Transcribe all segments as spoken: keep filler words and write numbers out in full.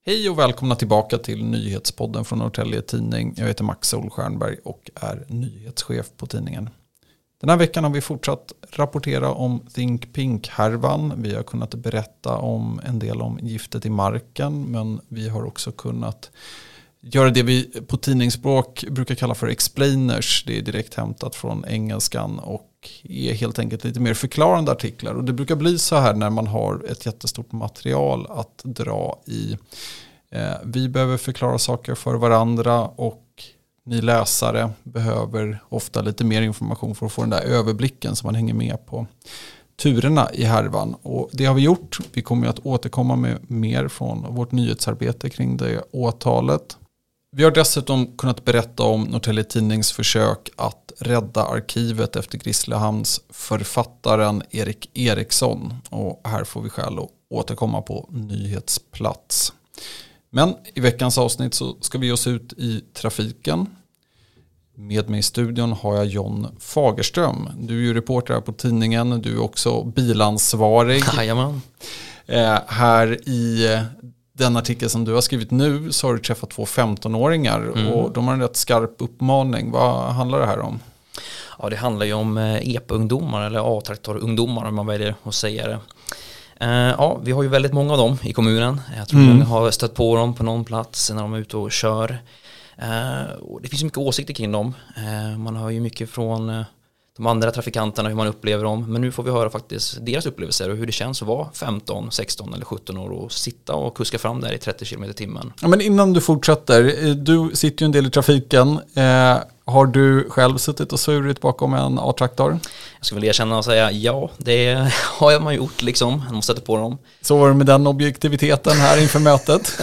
Hej och välkomna tillbaka till nyhetspodden från Norrtälje Tidning. Jag heter Max Solstjernberg och är nyhetschef på tidningen. Den här veckan har vi fortsatt rapportera om Think Pink-härvan. Vi har kunnat berätta om en del om giftet i marken, men vi har också kunnat göra det vi på tidningsspråk brukar kalla för explainers. Det är direkt hämtat från engelskan och är helt enkelt lite mer förklarande artiklar. Och det brukar bli så här när man har ett jättestort material att dra i. Eh, vi behöver förklara saker för varandra och ni läsare behöver ofta lite mer information för att få den där överblicken så man hänger med på turerna i härvan. Och det har vi gjort. Vi kommer att återkomma med mer från vårt nyhetsarbete kring det åtalet. Vi har dessutom kunnat berätta om Norrtälje Tidnings försök att rädda arkivet efter Grisslehamns författaren Erik Eriksson. Och här får vi skäl att återkomma på nyhetsplats. Men i veckans avsnitt så ska vi oss ut i trafiken. Med mig i studion har jag John Fagerström. Du är ju reporter här på tidningen. Du är också bilansvarig. Jajamän. Eh, här i den artikel som du har skrivit nu så har du träffat två femtonåringar mm. och de har en rätt skarp uppmaning. Vad handlar det här om? Ja, det handlar ju om E P-ungdomar eller A-traktorungdomar om man väljer att säga det. Uh, ja, vi har ju väldigt många av dem i kommunen. Jag tror mm. många har stött på dem på någon plats när de är ute och kör. Uh, och det finns mycket åsikter kring dem. Uh, man hör ju mycket från uh, de andra trafikanterna hur man upplever dem. Men nu får vi höra faktiskt deras upplevelser och hur det känns att vara femton, sexton eller sjutton år och sitta och kuska fram där i trettio kilometer i timmen. Ja, men innan du fortsätter, du sitter ju en del i trafiken. Uh, har du själv suttit och surit bakom en A-traktor? Jag skulle väl erkänna och säga ja, det har man gjort liksom. Man måste sätta på dem. Så var det med den objektiviteten här inför mötet.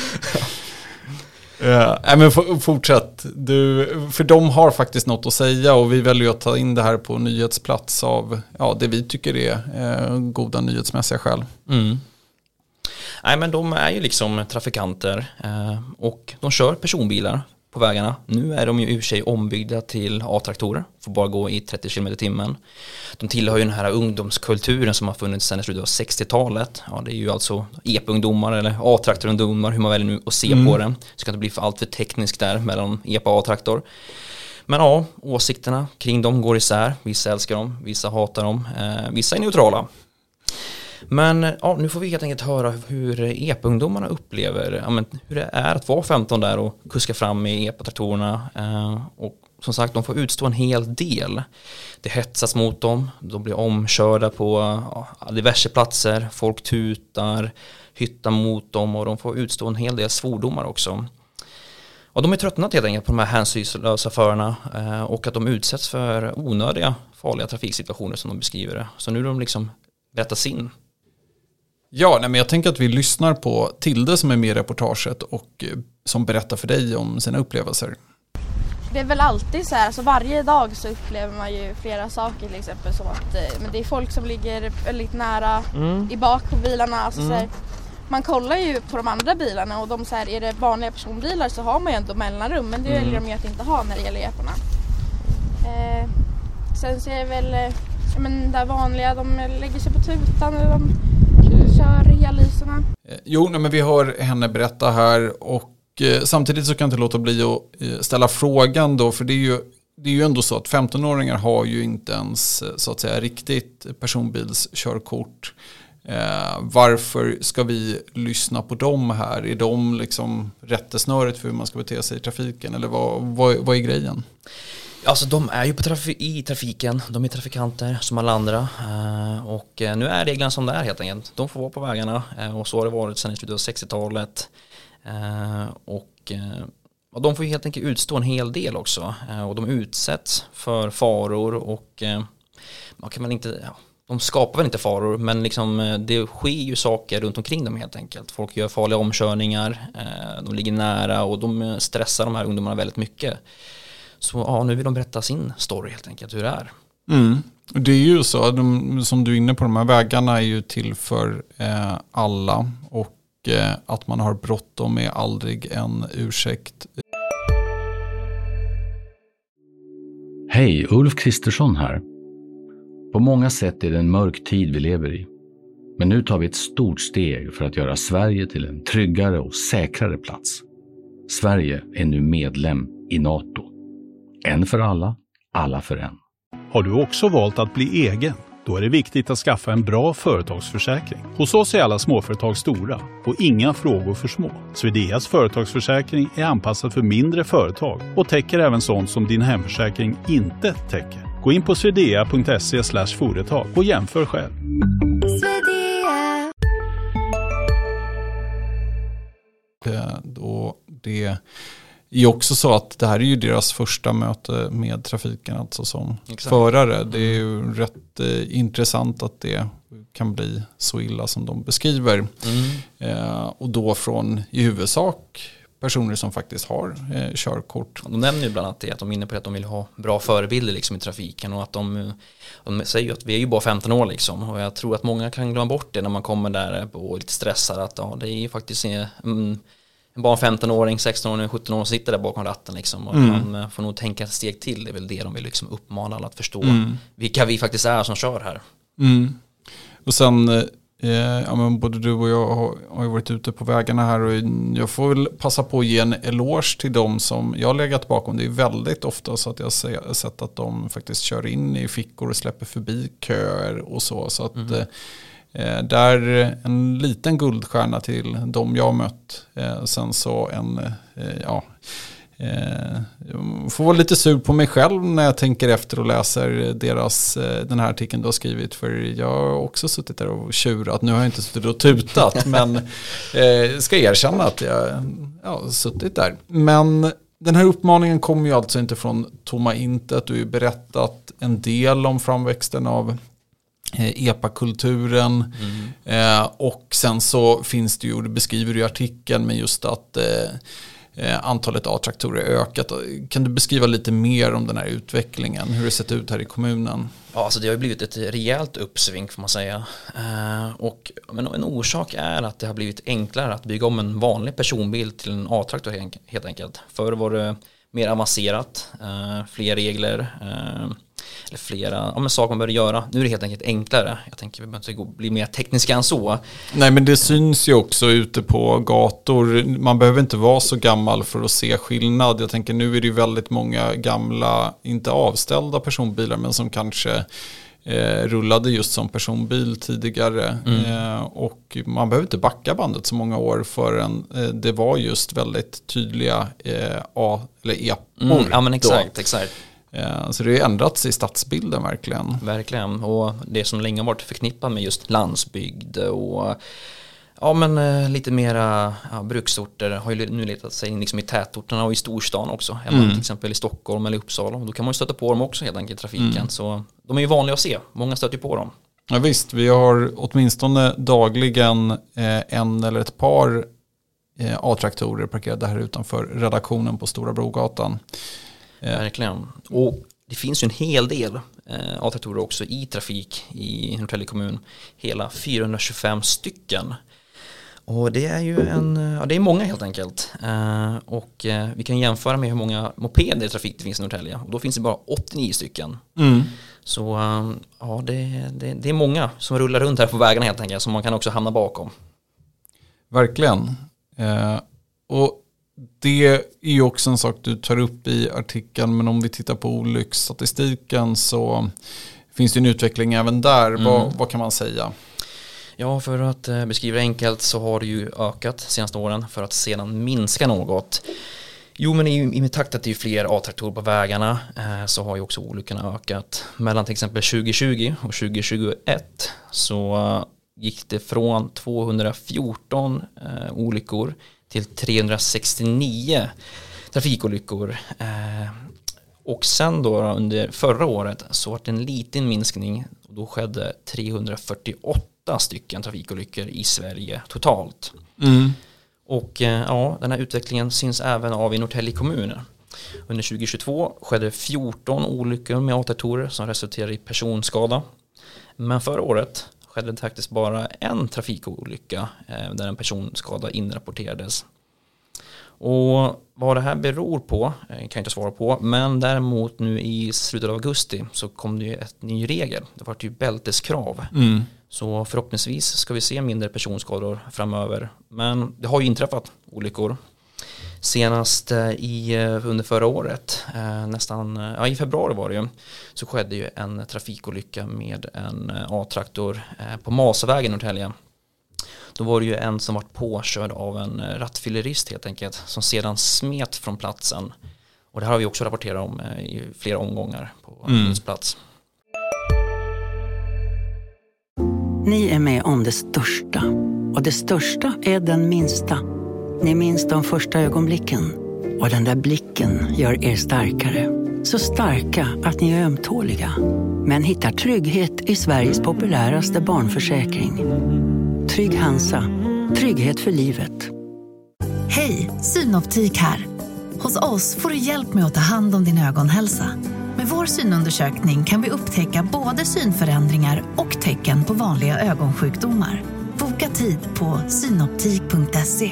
Uh, nej men f- fortsätt. Du, för de har faktiskt något att säga och vi väljer att ta in det här på nyhetsplats av ja, det vi tycker är uh, goda nyhetsmässiga skäl. Mm. Nej men de är ju liksom trafikanter uh, och de kör personbilar på vägarna. Nu är de ju i och för sig ombyggda till A-traktorer. Får bara gå i trettio kilometer i timmen. De tillhör ju den här ungdomskulturen som har funnits sedan i slutet av sextiotalet. Ja, det är ju alltså E P-ungdomar eller A-traktorungdomar, hur man väljer nu att se mm. på det. Det ska inte bli för allt för tekniskt där mellan E P och A-traktor. Men ja, åsikterna kring dem går isär. Vissa älskar dem, vissa hatar dem. Eh, vissa är neutrala. Men ja, nu får vi helt enkelt höra hur E P-ungdomarna upplever ja, men hur det är att vara femton där och kuska fram med E P-traktorerna. Eh, och som sagt, de får utstå en hel del. Det hetsas mot dem, de blir omkörda på ja, diverse platser. Folk tutar, hyttar mot dem och de får utstå en hel del svordomar också. Och de är tröttnat helt enkelt på de här hänsynslösa förarna eh, och att de utsätts för onödiga farliga trafiksituationer som de beskriver det. Så nu är de liksom rättas in. Ja, nej, men jag tänker att vi lyssnar på Tilde som är med i reportaget och eh, som berättar för dig om sina upplevelser. Det är väl alltid så här, alltså varje dag så upplever man ju flera saker till exempel som att eh, men det är folk som ligger väldigt nära mm. i bak på bilarna. Alltså, mm. så här, man kollar ju på de andra bilarna och de så här, är det vanliga personbilar så har man ju ändå mellanrum, men det väljer mm. de ju att inte ha när det gäller E P-erna. Eh, sen så är det väl eh, men det vanliga, de lägger sig på tutan och de kör ellyserna. Jo, nej, men vi hör henne berätta här och eh, samtidigt så kan jag inte låta bli att eh, ställa frågan då, för det är ju det är ju ändå så att femtonåringar har ju inte ens så att säga riktigt personbilskörkort. Eh, varför ska vi lyssna på dem här? Är de liksom rättesnöret för hur man ska bete sig i trafiken eller vad, vad, vad är grejen? Alltså de är ju på trafi- i trafiken, de är trafikanter som alla andra uh, och uh, nu är reglerna som det är helt enkelt. De får vara på vägarna uh, och så har det varit sedan i slutet av sextiotalet uh, och, uh, och de får ju helt enkelt utstå en hel del också uh, och de utsätts för faror och uh, man kan väl inte, ja, de skapar väl inte faror men liksom, uh, det sker ju saker runt omkring dem helt enkelt. Folk gör farliga omkörningar, uh, de ligger nära och de stressar de här ungdomarna väldigt mycket. Så ja, nu vill de berätta sin story helt enkelt, hur det är. Mm. Det är ju så, de, som du är inne på, de här vägarna är ju till för eh, alla och eh, att man har bråttom är aldrig en ursäkt. Hej, Ulf Kristersson här. På många sätt är det en mörk tid vi lever i. Men nu tar vi ett stort steg för att göra Sverige till en tryggare och säkrare plats. Sverige är nu medlem i NATO. En för alla, alla för en. Har du också valt att bli egen? Då är det viktigt att skaffa en bra företagsförsäkring. Hos oss är alla småföretag stora och inga frågor för små. Swedeas företagsförsäkring är anpassad för mindre företag och täcker även sånt som din hemförsäkring inte täcker. Gå in på swedea punkt se slash företag och jämför själv. Då det är också så att det här är ju deras första möte med trafiken, alltså som Exakt. förare. Det är ju rätt eh, intressant att det kan bli så illa som de beskriver. Mm. Eh, och då från i huvudsak personer som faktiskt har eh, körkort. De nämner ju bland annat det, att de är inne på att de vill ha bra förebilder liksom i trafiken, och att de, de säger ju att vi är ju bara femton år liksom, och jag tror att många kan glömma bort det när man kommer där och är lite stressad, att ja, det är ju faktiskt mm, bara en femton-åring, sexton-åring, sjutton-åring som sitter där bakom ratten liksom, och mm. man får nog tänka ett steg till. Det är väl det de vill liksom uppmana alla att förstå mm. vilka vi faktiskt är som kör här. Mm. Och sen eh, ja, men både du och jag har, har ju varit ute på vägarna här, och jag får väl passa på att ge en eloge till dem som jag har legat bakom. Det är väldigt ofta så att jag har sett att de faktiskt kör in i fickor och släpper förbi köer och så, så att mm. eh, Eh, där en liten guldstjärna till de jag har mött. Eh, sen så en, eh, ja, eh, jag får vara lite sur på mig själv när jag tänker efter och läser deras, eh, den här artikeln du har skrivit. För jag har också suttit där och tjurat. Nu har jag inte suttit och tutat, men eh, ska erkänna att jag ja, har suttit där. Men den här uppmaningen kommer ju alltså inte från tomma intet. Du har ju berättat en del om framväxten av E P A-kulturen mm. eh, och sen så finns det ju, det beskriver du i artikeln, med just att eh, antalet A-traktorer ökat. Kan du beskriva lite mer om den här utvecklingen, hur det sett ut här i kommunen? Ja, alltså det har ju blivit ett rejält uppsving får man säga. Eh, och men en orsak är att det har blivit enklare att bygga om en vanlig personbil till en A-traktor helt enkelt. Förr var det mer avancerat, eh, fler regler, eh, eller flera ja, men saker man bör göra. Nu är det helt enkelt enklare. Jag tänker vi behöver inte bli mer tekniska än så. Nej, men det syns ju också ute på gator. Man behöver inte vara så gammal för att se skillnad. Jag tänker nu är det ju väldigt många gamla, inte avställda personbilar, men som kanske eh, rullade just som personbil tidigare. Mm. Eh, och man behöver inte backa bandet så många år förrän eh, det var just väldigt tydliga eh, A eller E-por. Mm, ja, men exakt, då. exakt. Så det har ju ändrats i stadsbilden verkligen. Verkligen, och det som länge har varit förknippat med just landsbygd och ja, men lite mera ja, bruksorter har ju nu letat sig in liksom i tätorterna och i storstan också. Mm. Till exempel i Stockholm eller Uppsala. Då kan man ju stöta på dem också helt enkelt i trafiken. Mm. Så de är ju vanliga att se. Många stöter på dem. Ja visst, vi har åtminstone dagligen eh, en eller ett par eh, A-traktorer parkerade här utanför redaktionen på Stora Brogatan. Verkligen. Och det finns ju en hel del eh, A-traktorer också i trafik i Norrtälje kommun. Hela fyrahundratjugofem stycken. Och det är ju en, ja, det är många helt enkelt. Eh, och eh, vi kan jämföra med hur många mopeder i trafik det finns i Norrtälje. Och då finns det bara åttionio stycken. Mm. Så eh, ja, det, det, det är många som rullar runt här på vägarna helt enkelt, som man kan också hamna bakom. Verkligen. Eh, och det är ju också en sak du tar upp i artikeln, men om vi tittar på olycksstatistiken så finns det en utveckling även där. Mm. Vad, vad kan man säga? Ja, för att beskriva det enkelt så har det ju ökat de senaste åren för att sedan minska något. Jo, men i, i takt att det är fler A-traktorer på vägarna eh, så har ju också olyckorna ökat. Mellan till exempel tjugo tjugo och tjugo tjugoett så uh, gick det från tvåhundrafjorton uh, olyckor till trehundrasextionio trafikolyckor. Eh, och sen då under förra året så var det en liten minskning, och då skedde trehundrafyrtioåtta stycken trafikolyckor i Sverige totalt. Mm. Och eh, ja, den här utvecklingen syns även av i Norrtälje kommun. Under tjugo tjugotvå skedde fjorton olyckor med A-traktorer som resulterade i personskada. Men förra året skedde det faktiskt bara en trafikolycka eh, där en personskada inrapporterades. Och vad det här beror på eh, kan jag inte svara på, men däremot nu i slutet av augusti så kom det ju ett ny regel. Det var ju bälteskrav. Mm. Så förhoppningsvis ska vi se mindre personskador framöver. Men det har ju inträffat olyckor. Senast i, under förra året, nästan ja, i februari var det ju, så skedde ju en trafikolycka med en A-traktor på Masavägen i Norrtälje. Då var det ju en som var påkörd av en rattfyllerist helt enkelt, som sedan smet från platsen. Och det här har vi också rapporterat om i flera omgångar på mm. plats. Ni är med om det största. Och det största är den minsta. Ni minns de första ögonblicken. Och den där blicken gör er starkare. Så starka att ni är ömtåliga. Men hittar trygghet i Sveriges populäraste barnförsäkring. Trygg Hansa. Trygghet för livet. Hej, Synoptik här. Hos oss får du hjälp med att ta hand om din ögonhälsa. Med vår synundersökning kan vi upptäcka både synförändringar och tecken på vanliga ögonsjukdomar. Boka tid på synoptik punkt se.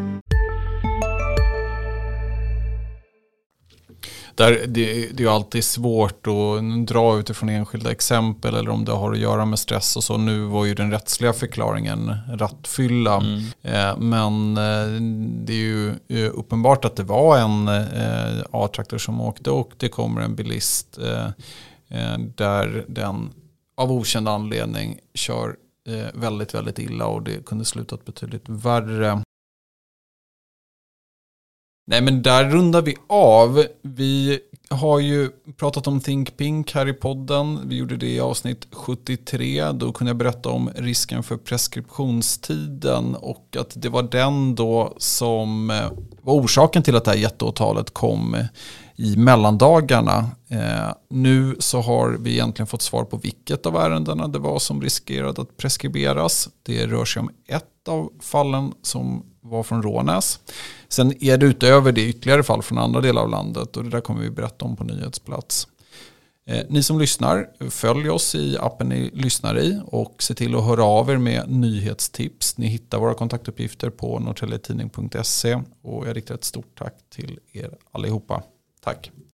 Där, det, det är ju alltid svårt att dra utifrån enskilda exempel eller om det har att göra med stress och så. Nu var ju den rättsliga förklaringen rattfylla. Mm. Eh, men eh, det är ju uppenbart att det var en eh, A-traktor som åkte och det kommer en bilist eh, eh, där den av okänd anledning kör eh, väldigt, väldigt illa och det kunde slutat betydligt värre. Nej, men där rundar vi av. Vi har ju pratat om Think Pink här i podden. Vi gjorde det i avsnitt sjuttiotre. Då kunde jag berätta om risken för preskriptionstiden och att det var den då som var orsaken till att det här jätteåtalet kom i mellandagarna. Eh, nu så har vi egentligen fått svar på vilket av ärendena det var som riskerade att preskriberas. Det rör sig om ett av fallen som var från Rånäs. Sen är det utöver det ytterligare fall från andra delar av landet och det där kommer vi berätta om på Nyhetsplats. Eh, ni som lyssnar, följ oss i appen ni lyssnar i och se till att höra av er med nyhetstips. Ni hittar våra kontaktuppgifter på norrtäljetidning punkt se och jag riktar ett stort tack till er allihopa. Tack.